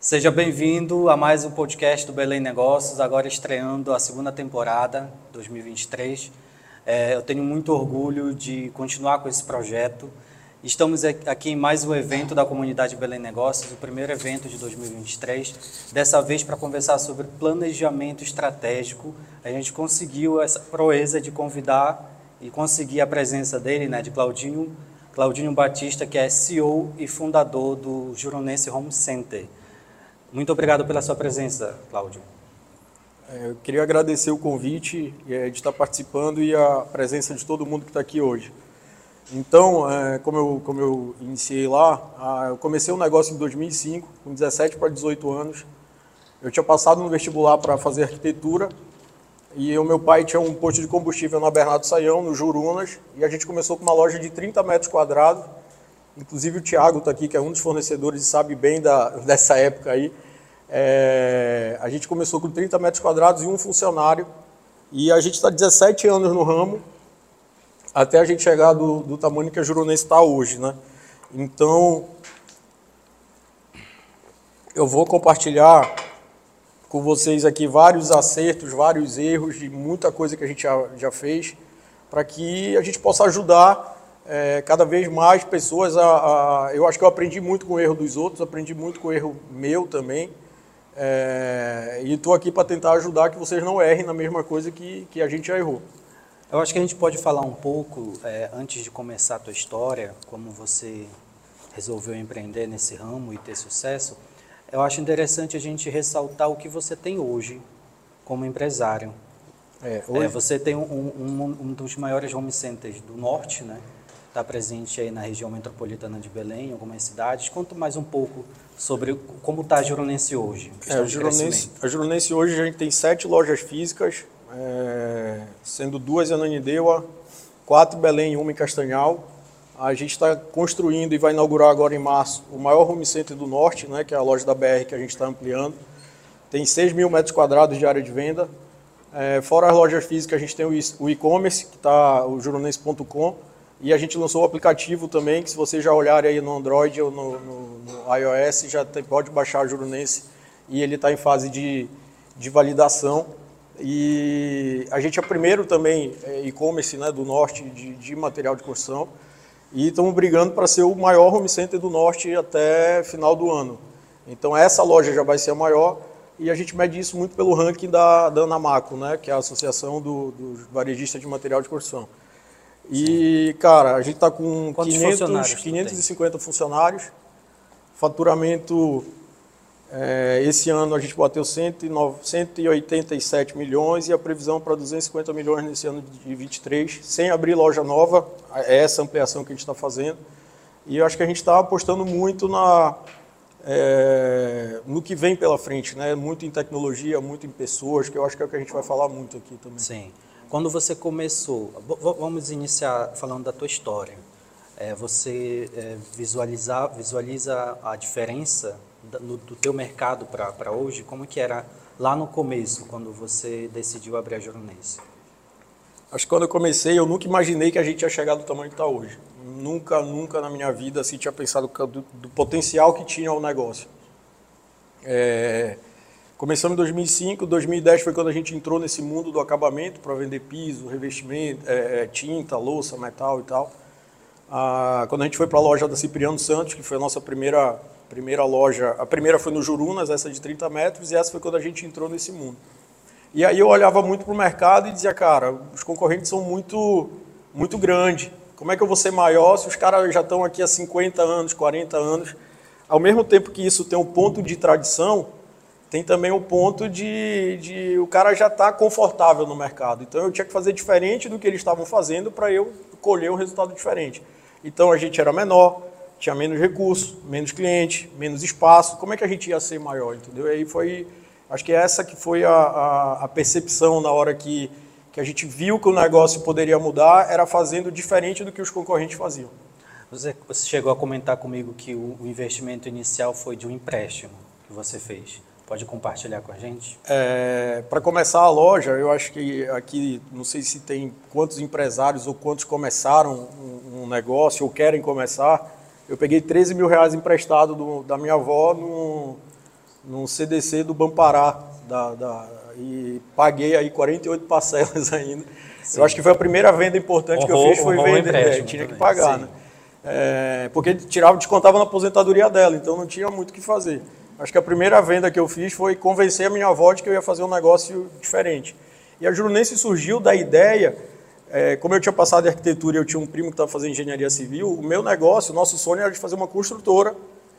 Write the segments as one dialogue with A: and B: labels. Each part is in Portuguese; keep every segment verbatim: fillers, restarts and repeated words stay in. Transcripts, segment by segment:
A: Seja bem-vindo a mais um podcast do Belém Negócios, agora estreando a segunda temporada, dois mil e vinte e três. É, eu tenho muito orgulho de continuar com esse projeto. Estamos aqui em mais um evento da comunidade Belém Negócios, o primeiro evento de dois mil e vinte e três, dessa vez para conversar sobre planejamento estratégico. A gente conseguiu essa proeza de convidar e conseguir a presença dele, né, de Claudinho, Claudinho Batista, que é C E O e fundador do Juronense Home Center. Muito obrigado pela sua presença, Cláudio.
B: Eu queria agradecer o convite de estar participando e a presença de todo mundo que está aqui hoje. Então, como eu, como eu iniciei lá, eu comecei o negócio em dois mil e cinco, com dezessete para dezoito anos. Eu tinha passado no vestibular para fazer arquitetura e o meu pai tinha um posto de combustível na Bernardo Saião, no Jurunas, e a gente começou com uma loja de trinta metros quadrados. Inclusive o Thiago está aqui, que é um dos fornecedores e sabe bem da, dessa época aí. É, a gente começou com trinta metros quadrados e um funcionário. E a gente está dezessete anos no ramo, até a gente chegar do, do tamanho que a Juronense está hoje, né? Então, eu vou compartilhar com vocês aqui vários acertos, vários erros de muita coisa que a gente já, já fez, para que a gente possa ajudar É, cada vez mais pessoas, a, a, eu acho que eu aprendi muito com o erro dos outros, aprendi muito com o erro meu também, é, e estou aqui para tentar ajudar que vocês não errem na mesma coisa que, que a gente já errou.
A: Eu acho que a gente pode falar um pouco, é, antes de começar a tua história, como você resolveu empreender nesse ramo e ter sucesso. Eu acho interessante a gente ressaltar o que você tem hoje como empresário.
B: É, hoje...
A: é, você tem um, um, um dos maiores home centers do norte, né? Está presente aí na região metropolitana de Belém, em algumas cidades. Conta mais um pouco sobre como está a Juronense hoje.
B: É, a, Juronense, a Juronense hoje a gente tem sete lojas físicas, é, sendo duas em Ananindeua, quatro em Belém e uma em Castanhal. A gente está construindo e vai inaugurar agora em março o maior home center do norte, né, que é a loja da B R que a gente está ampliando. Tem seis mil metros quadrados de área de venda. É, fora as lojas físicas, a gente tem o e-commerce, que está o juronense ponto com. E a gente lançou o aplicativo também, que se vocês já olharem aí no Android ou no, no, no iOS, já tem, pode baixar o Juronense e ele está em fase de, de validação. E a gente é o primeiro também e-commerce, né, do norte de, de material de construção e estamos brigando para ser o maior home center do norte até final do ano. Então essa loja já vai ser a maior e a gente mede isso muito pelo ranking da, da Anamaco, né, que é a Associação do, dos Varejistas de Material de Construção. E, cara, a gente está com quinhentos, quinhentos e cinquenta funcionários, faturamento, é, esse ano a gente bateu cento e oitenta e sete milhões e a previsão para duzentos e cinquenta milhões nesse ano de vinte e três, sem abrir loja nova, é essa ampliação que a gente está fazendo. E eu acho que a gente está apostando muito na, é, no que vem pela frente, né? Muito em tecnologia, muito em pessoas, que eu acho que é o que a gente vai falar muito aqui também.
A: Sim. Quando você começou, vamos iniciar falando da tua história. É, você é, visualiza, visualiza a diferença do, do teu mercado para hoje? Como que era lá no começo, quando você decidiu abrir a Juronense?
B: Acho que quando eu comecei, eu nunca imaginei que a gente ia chegar do tamanho que está hoje. Nunca, nunca na minha vida assim, tinha pensado do, do potencial que tinha o negócio. É... Começamos em dois mil e cinco, dois mil e dez foi quando a gente entrou nesse mundo do acabamento para vender piso, revestimento, é, tinta, louça, metal e tal. Ah, quando a gente foi para a loja da Cipriano Santos, que foi a nossa primeira, primeira loja, a primeira foi no Jurunas, essa de trinta metros, e essa foi quando a gente entrou nesse mundo. E aí eu olhava muito para o mercado e dizia, cara, os concorrentes são muito, muito grandes. Como é que eu vou ser maior se os caras já estão aqui há cinquenta anos, quarenta anos? Ao mesmo tempo que isso tem um ponto de tradição, tem também o ponto de, de o cara já estar tá confortável no mercado. Então, eu tinha que fazer diferente do que eles estavam fazendo para eu colher um resultado diferente. Então, a gente era menor, tinha menos recursos, menos cliente, menos espaço. Como é que a gente ia ser maior, entendeu? E aí foi, acho que essa que foi a, a, a percepção na hora que, que a gente viu que o negócio poderia mudar, era fazendo diferente do que os concorrentes faziam.
A: Você, você chegou a comentar comigo que o, o investimento inicial foi de um empréstimo que você fez. Pode compartilhar com a gente?
B: É, para começar a loja, eu acho que aqui, não sei se tem quantos empresários ou quantos começaram um, um negócio ou querem começar. Eu peguei treze mil reais emprestado do, da minha avó no, num C D C do Bampará, da, da, e paguei aí quarenta e oito parcelas ainda. Sim. Eu acho que foi a primeira venda importante
A: horror,
B: que eu fiz, foi vender, é, tinha que pagar, né? É, porque tirava, descontava na aposentadoria dela, então não tinha muito o que fazer. Acho que a primeira venda que eu fiz foi convencer a minha avó de que eu ia fazer um negócio diferente. E a Jurunense surgiu da ideia, é, como eu tinha passado em arquitetura e eu tinha um primo que estava fazendo engenharia civil, o meu negócio, o nosso sonho era de fazer uma construtora.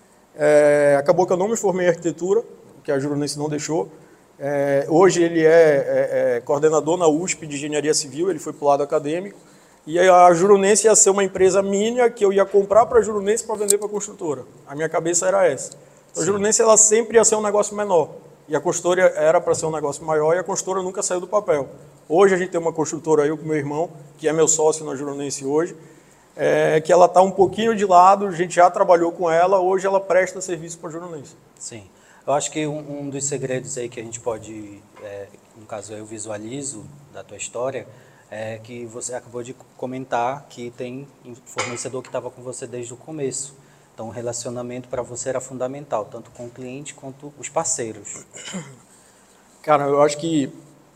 B: É, acabou que eu não me formei em arquitetura, que a Jurunense não deixou. É, hoje ele é, é, é coordenador na U S P de engenharia civil, ele foi para o lado acadêmico. E a Jurunense ia ser uma empresa minha que eu ia comprar para a Jurunense para vender para a construtora. A minha cabeça era essa. Então, a Jurunense ela sempre ia ser um negócio menor. E a construtora era para ser um negócio maior e a construtora nunca saiu do papel. Hoje a gente tem uma construtora, eu com meu irmão, que é meu sócio na Jurunense hoje, é, que ela está um pouquinho de lado, a gente já trabalhou com ela, hoje ela presta serviço para a Jurunense.
A: Sim. Eu acho que um, um dos segredos aí que a gente pode, é, no caso eu visualizo da tua história, é que você acabou de comentar que tem fornecedor que estava com você desde o começo. Então, o relacionamento para você era fundamental, tanto com o cliente quanto os parceiros.
B: Cara, eu acho que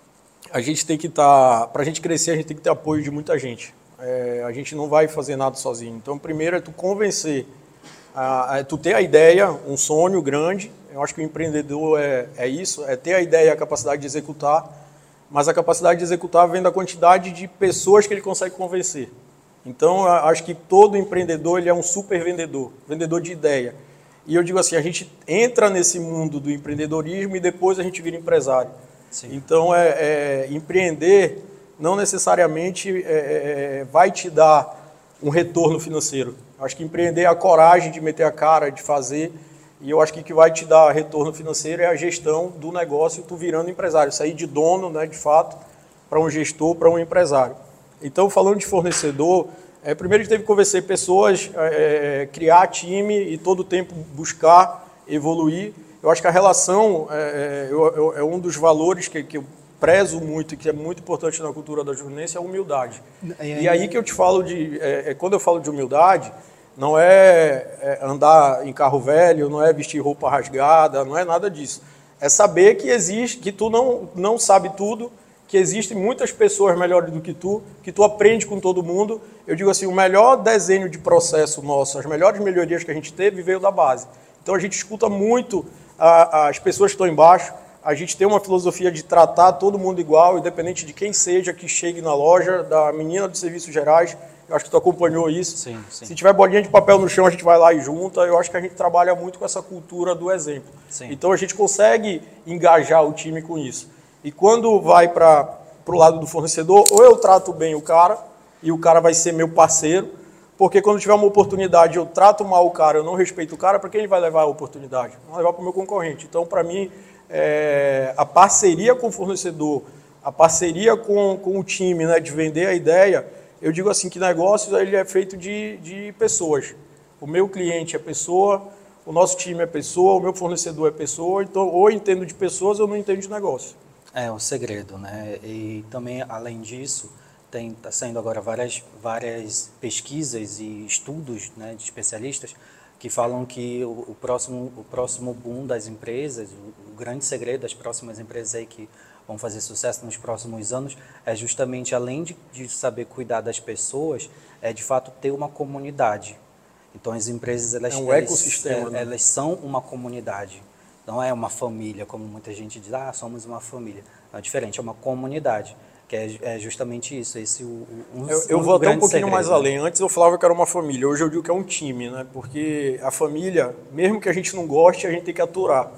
B: a gente tem que estar... Tá, para a gente crescer, a gente tem que ter apoio de muita gente. É, a gente não vai fazer nada sozinho. Então, primeiro é tu convencer, a, a, tu ter a ideia, um sonho grande. Eu acho que o empreendedor é, é isso, é ter a ideia e a capacidade de executar, mas a capacidade de executar vem da quantidade de pessoas que ele consegue convencer. Então, eu acho que todo empreendedor ele é um super vendedor, vendedor de ideia. E eu digo assim, a gente entra nesse mundo do empreendedorismo e depois a gente vira empresário. Sim. Então, é, é, empreender não necessariamente é, é, vai te dar um retorno financeiro. Eu acho que empreender é a coragem de meter a cara, de fazer. E eu acho que o que vai te dar retorno financeiro é a gestão do negócio, tu virando empresário. Sair de dono, né, de fato, para um gestor, para um empresário. Então, falando de fornecedor, é, primeiro a gente teve que convencer pessoas, é, criar time e todo o tempo buscar evoluir. Eu acho que a relação é, é, é um dos valores que, que eu prezo muito e que é muito importante na cultura da Jurunense, é a humildade. E, e aí que eu te falo de... É, quando eu falo de humildade, não é, é andar em carro velho, não é vestir roupa rasgada, não é nada disso. É saber que existe, que tu não, não sabe tudo, que existem muitas pessoas melhores do que tu, que tu aprende com todo mundo. Eu digo assim, o melhor desenho de processo nosso, as melhores melhorias que a gente teve, veio da base. Então a gente escuta muito a, as pessoas que estão embaixo, a gente tem uma filosofia de tratar todo mundo igual, independente de quem seja que chegue na loja, da menina dos serviços gerais. Eu acho que tu acompanhou isso.
A: Sim, sim.
B: Se tiver bolinha de papel no chão, a gente vai lá e junta. Eu acho que a gente trabalha muito com essa cultura do exemplo. Sim. Então a gente consegue engajar o time com isso. E quando vai para o lado do fornecedor, ou eu trato bem o cara, e o cara vai ser meu parceiro, porque quando tiver uma oportunidade, eu trato mal o cara, eu não respeito o cara, para quem ele vai levar a oportunidade? Vai levar para o meu concorrente. Então, para mim, é, a parceria com o fornecedor, a parceria com, com o time, né, de vender a ideia, eu digo assim que negócios ele é feito de, de pessoas. O meu cliente é pessoa, o nosso time é pessoa, o meu fornecedor é pessoa, então ou eu entendo de pessoas ou não entendo de negócio.
A: É o segredo, né? E também, além disso, tem tá saindo agora várias, várias pesquisas e estudos, né, de especialistas que falam que o, o, próximo, o próximo boom das empresas, o, o grande segredo das próximas empresas aí que vão fazer sucesso nos próximos anos é justamente, além de, de saber cuidar das pessoas, é de fato ter uma comunidade. Então as empresas, elas,
B: é um
A: elas,
B: ecossistema,
A: é,
B: né?
A: Elas são uma comunidade. Não é uma família, como muita gente diz, ah, somos uma família. Não, é diferente, é uma comunidade, que é, é justamente isso. Esse, o, um,
B: eu eu
A: um
B: vou até um pouquinho
A: segredo,
B: mais
A: né?
B: além. Antes eu falava que era uma família, hoje eu digo que é um time, né? Porque a família, mesmo que a gente não goste, a gente tem que aturar.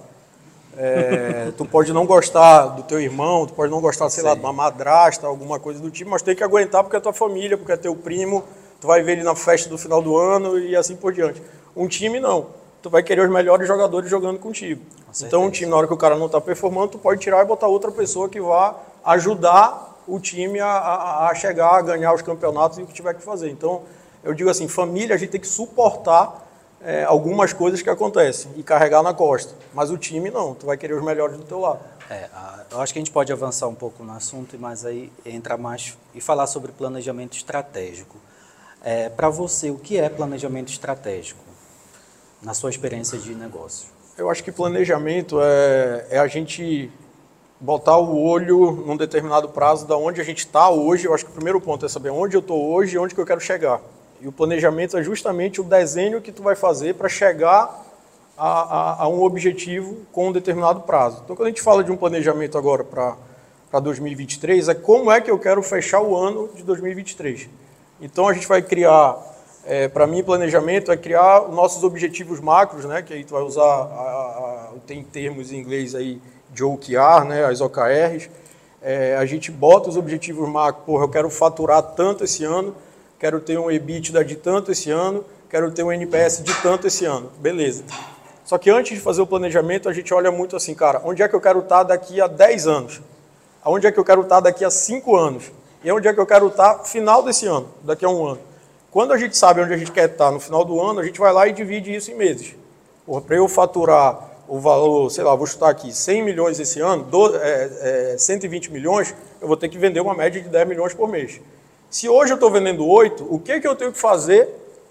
B: É, tu pode não gostar do teu irmão, tu pode não gostar, sei Sim. lá, de uma madrasta, alguma coisa do tipo, mas tem que aguentar porque é tua família, porque é teu primo, tu vai ver ele na festa do final do ano e assim por diante. Um time não. Tu vai querer os melhores jogadores jogando contigo. Com então, um time, na hora que o cara não está performando, tu pode tirar e botar outra pessoa que vá ajudar o time a, a, a chegar, a ganhar os campeonatos e o que tiver que fazer. Então, eu digo assim, família, a gente tem que suportar é, algumas coisas que acontecem e carregar na costa. Mas o time, não. Tu vai querer os melhores do teu lado.
A: É, eu acho que a gente pode avançar um pouco no assunto, mas aí entrar mais e falar sobre planejamento estratégico. É, para você, o que é planejamento estratégico? Na sua experiência de negócio?
B: Eu acho que planejamento é, é a gente botar o olho num determinado prazo da onde a gente está hoje. Eu acho que o primeiro ponto é saber onde eu estou hoje e onde que eu quero chegar. E o planejamento é justamente o desenho que tu vai fazer para chegar a, a, a um objetivo com um determinado prazo. Então, quando a gente fala de um planejamento agora para para dois mil e vinte e três, é como é que eu quero fechar o ano de dois mil e vinte e três. Então, a gente vai criar, é, para mim, planejamento é criar os nossos objetivos macros, né, que aí tu vai usar, a, a, a, tem termos em inglês aí de O K R, né, as O K Rs. É, a gente bota os objetivos macros, porra, eu quero faturar tanto esse ano, quero ter um EBITDA de tanto esse ano, quero ter um N P S de tanto esse ano. Beleza. Só que antes de fazer o planejamento, a gente olha muito assim, cara, onde é que eu quero estar daqui a dez anos? Aonde é que eu quero estar daqui a cinco anos? E onde é que eu quero estar final desse ano, daqui a um ano? Quando a gente sabe onde a gente quer estar no final do ano, a gente vai lá e divide isso em meses. Para eu faturar o valor, sei lá, vou chutar aqui, cem milhões esse ano, do, é, é, cento e vinte milhões, eu vou ter que vender uma média de dez milhões por mês. Se hoje eu estou vendendo oito, o que, que eu tenho que fazer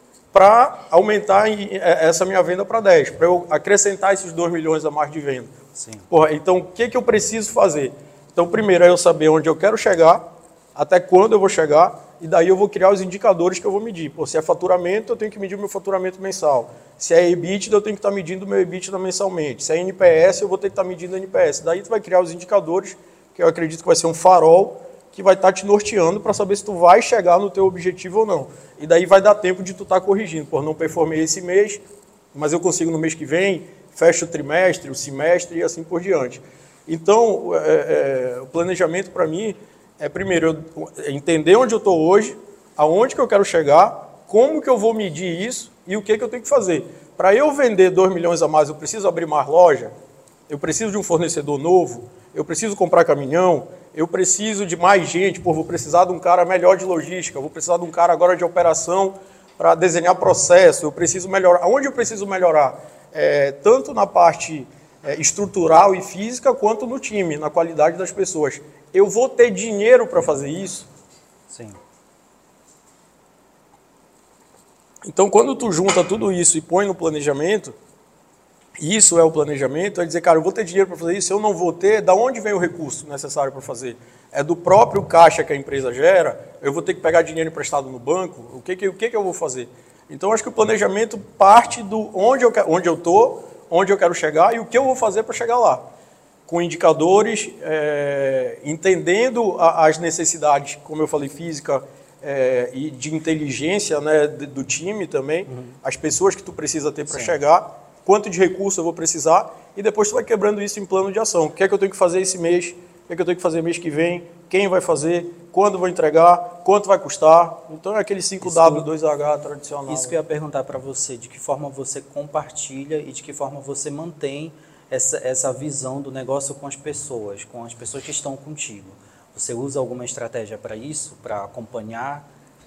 B: para aumentar essa minha venda para dez? Para eu acrescentar esses dois milhões a mais de venda?
A: Sim.
B: Porra, então, o que, que eu preciso fazer? Então, primeiro é eu saber onde eu quero chegar, até quando eu vou chegar, e daí eu vou criar os indicadores que eu vou medir. Pô, se é faturamento, eu tenho que medir o meu faturamento mensal. Se é EBITDA, eu tenho que estar medindo o meu EBITDA mensalmente. Se é N P S, eu vou ter que estar medindo o N P S. Daí tu vai criar os indicadores, que eu acredito que vai ser um farol, que vai estar te norteando para saber se tu vai chegar no teu objetivo ou não. E daí vai dar tempo de tu estar corrigindo. Pô, não performei esse mês, mas eu consigo no mês que vem, fecho o trimestre, o semestre e assim por diante. Então, é, é, o planejamento para mim é, primeiro, eu entender onde eu estou hoje, aonde que eu quero chegar, como que eu vou medir isso e o que, que eu tenho que fazer. Para eu vender dois milhões a mais, eu preciso abrir mais loja, eu preciso de um fornecedor novo, eu preciso comprar caminhão, eu preciso de mais gente, pô, vou precisar de um cara melhor de logística, vou precisar de um cara agora de operação para desenhar processo, eu preciso melhorar. Aonde eu preciso melhorar? É, tanto na parte É, estrutural e física, quanto no time, na qualidade das pessoas. Eu vou ter dinheiro para fazer isso?
A: Sim.
B: Então, quando tu junta tudo isso e põe no planejamento, isso é o planejamento, é dizer, cara, eu vou ter dinheiro para fazer isso, eu não vou ter, da onde vem o recurso necessário para fazer? É do próprio caixa que a empresa gera? Eu vou ter que pegar dinheiro emprestado no banco? O que, que, o que, que eu vou fazer? Então, acho que o planejamento parte do onde eu onde eu estou, onde eu quero chegar e o que eu vou fazer para chegar lá. Com indicadores, é, entendendo a, as necessidades, como eu falei, física é, e de inteligência, né, do, do time também, uhum. As pessoas que tu precisa ter para chegar, quanto de recurso eu vou precisar, e depois tu vai quebrando isso em plano de ação. O que é que eu tenho que fazer esse mês, o que é que eu tenho que fazer mês que vem, quem vai fazer, quando vou entregar, quanto vai custar. Então é aquele cinco W, dois H tradicional.
A: Isso que eu ia perguntar para você, de que forma você compartilha e de que forma você mantém essa, essa visão do negócio com as pessoas, com as pessoas que estão contigo. Você usa alguma estratégia para isso, para acompanhar?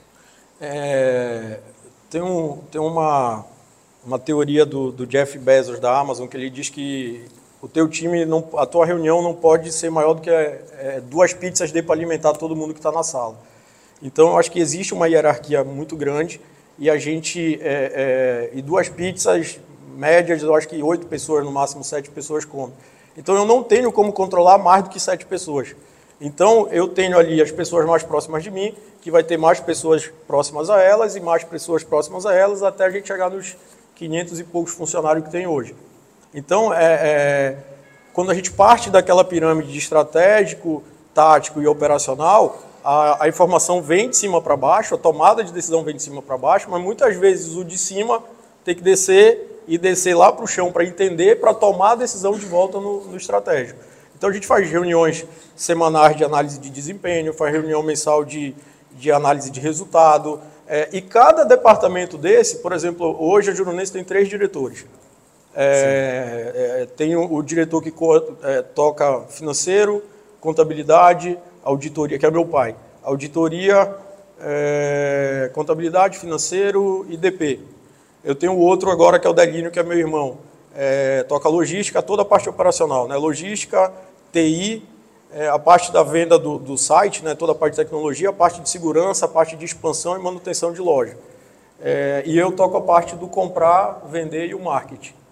B: É, tem um, tem uma, uma teoria do, do Jeff Bezos da Amazon que ele diz que o teu time, não, a tua reunião não pode ser maior do que é, duas pizzas de para alimentar todo mundo que está na sala. Então, eu acho que existe uma hierarquia muito grande e a gente, é, é, e duas pizzas médias, eu acho que oito pessoas, no máximo sete pessoas comem. Então, eu não tenho como controlar mais do que sete pessoas. Então, eu tenho ali as pessoas mais próximas de mim, que vai ter mais pessoas próximas a elas e mais pessoas próximas a elas, até a gente chegar nos quinhentos e poucos funcionários que tem hoje. Então, é, é, quando a gente parte daquela pirâmide de estratégico, tático e operacional, a, a informação vem de cima para baixo, a tomada de decisão vem de cima para baixo, mas muitas vezes o de cima tem que descer e descer lá para o chão para entender, para tomar a decisão de volta no, no estratégico. Então, a gente faz reuniões semanais de análise de desempenho, faz reunião mensal de, de análise de resultado, é, e cada departamento desse, por exemplo, hoje a Jurunense tem três diretores. É, é, tem o, o diretor que co, é, toca financeiro, contabilidade, auditoria, que é meu pai. Auditoria, é, contabilidade, financeiro e D P. Eu tenho outro agora que é o Delínio, que é meu irmão. É, toca logística, toda a parte operacional, né? Logística, T I, é, a parte da venda do, do site, né? Toda a parte de tecnologia, a parte de segurança, a parte de expansão e manutenção de loja. É, e eu toco a parte do comprar, vender e o marketing.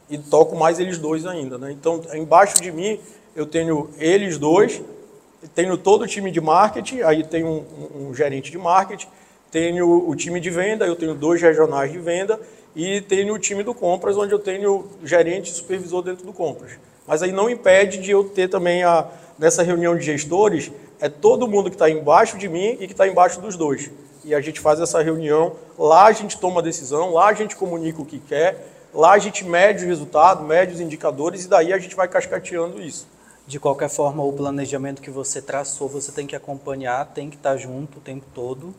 B: e toco mais eles dois ainda, né? Então, embaixo de mim, eu tenho eles dois, tenho todo o time de marketing, aí tenho um, um, um gerente de marketing, tenho o time de venda, eu tenho dois regionais de venda e tenho o time do compras, onde eu tenho gerente e supervisor dentro do compras. Mas aí não impede de eu ter também, a, nessa reunião de gestores, é todo mundo que está embaixo de mim e que está embaixo dos dois. E a gente faz essa reunião, lá a gente toma a decisão, lá a gente comunica o que quer, lá a gente mede o resultado, mede os indicadores e daí a gente vai cascateando isso.
A: De qualquer forma, o planejamento que você traçou, você tem que acompanhar, tem que estar junto o tempo todo.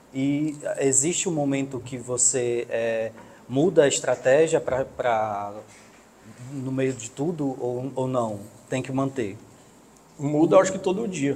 A: E existe um momento que você é, muda a estratégia para no meio de tudo ou, ou não? Tem que manter?
B: Muda, acho que todo dia.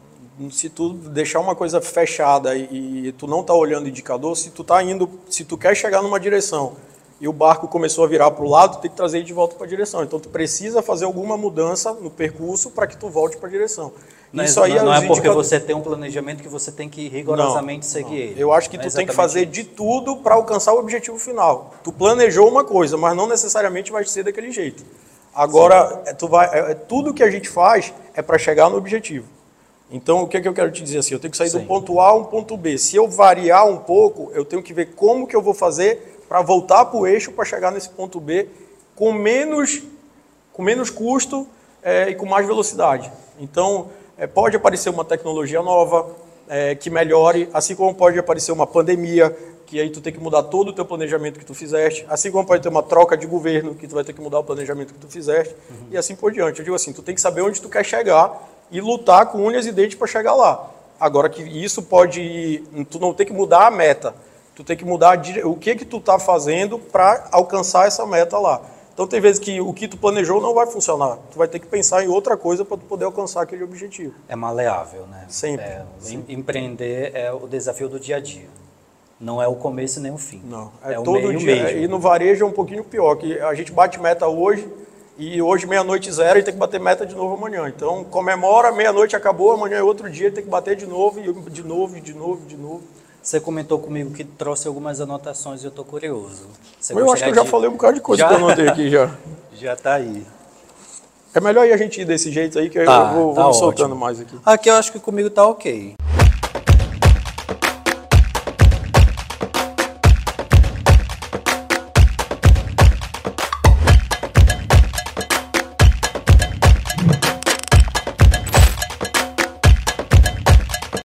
B: Se tu deixar uma coisa fechada e, e tu não está olhando o indicador, se tu tá indo, se tu quer chegar numa direção e o barco começou a virar para o lado, tu tem que trazer ele de volta para a direção. Então tu precisa fazer alguma mudança no percurso para que tu volte para a direção.
A: Não,
B: Isso aí
A: não, não é porque
B: indicadores...
A: você tem um planejamento que você tem que rigorosamente não, seguir não. ele.
B: Eu acho que tu é tem que fazer de tudo para alcançar o objetivo final. Tu planejou uma coisa, mas não necessariamente vai ser daquele jeito. Agora, tu vai, é, tudo que a gente faz é para chegar no objetivo. Então, o que, é que eu quero te dizer assim? Eu tenho que sair Sim. do ponto A a um ponto B. Se eu variar um pouco, eu tenho que ver como que eu vou fazer para voltar para o eixo para chegar nesse ponto B com menos, com menos custo é, e com mais velocidade. Então, é, pode aparecer uma tecnologia nova é, que melhore, assim como pode aparecer uma pandemia, que aí tu tem que mudar todo o teu planejamento que tu fizeste, assim como pode ter uma troca de governo, que tu vai ter que mudar o planejamento que tu fizeste, uhum. e assim por diante. Eu digo assim, tu tem que saber onde tu quer chegar e lutar com unhas e dentes para chegar lá. Agora que isso pode, tu não tem que mudar a meta, tu tem que mudar o que que tu está fazendo para alcançar essa meta lá. Então tem vezes que o que tu planejou não vai funcionar, tu vai ter que pensar em outra coisa para tu poder alcançar aquele objetivo.
A: É maleável, né?
B: Sempre.
A: É,
B: sempre.
A: Empreender é o desafio do dia a dia. Não é o começo nem o fim.
B: Não, é,
A: é o
B: todo
A: meio
B: dia.
A: mesmo.
B: E no varejo é um pouquinho pior, que a gente bate meta hoje e hoje meia-noite zero e tem que bater meta de novo amanhã. Então comemora, meia-noite acabou, amanhã é outro dia, tem que bater de novo, e de novo, de novo, de novo.
A: Você comentou comigo que trouxe algumas anotações e eu estou curioso. Você
B: eu acho que eu já
A: de...
B: falei um bocado de coisa
A: já?
B: que eu anotei aqui já.
A: Já está aí.
B: É melhor ir a gente ir desse jeito aí, que
A: tá,
B: eu vou,
A: tá
B: vou me soltando
A: ótimo.
B: mais aqui.
A: Aqui eu acho que comigo tá ok.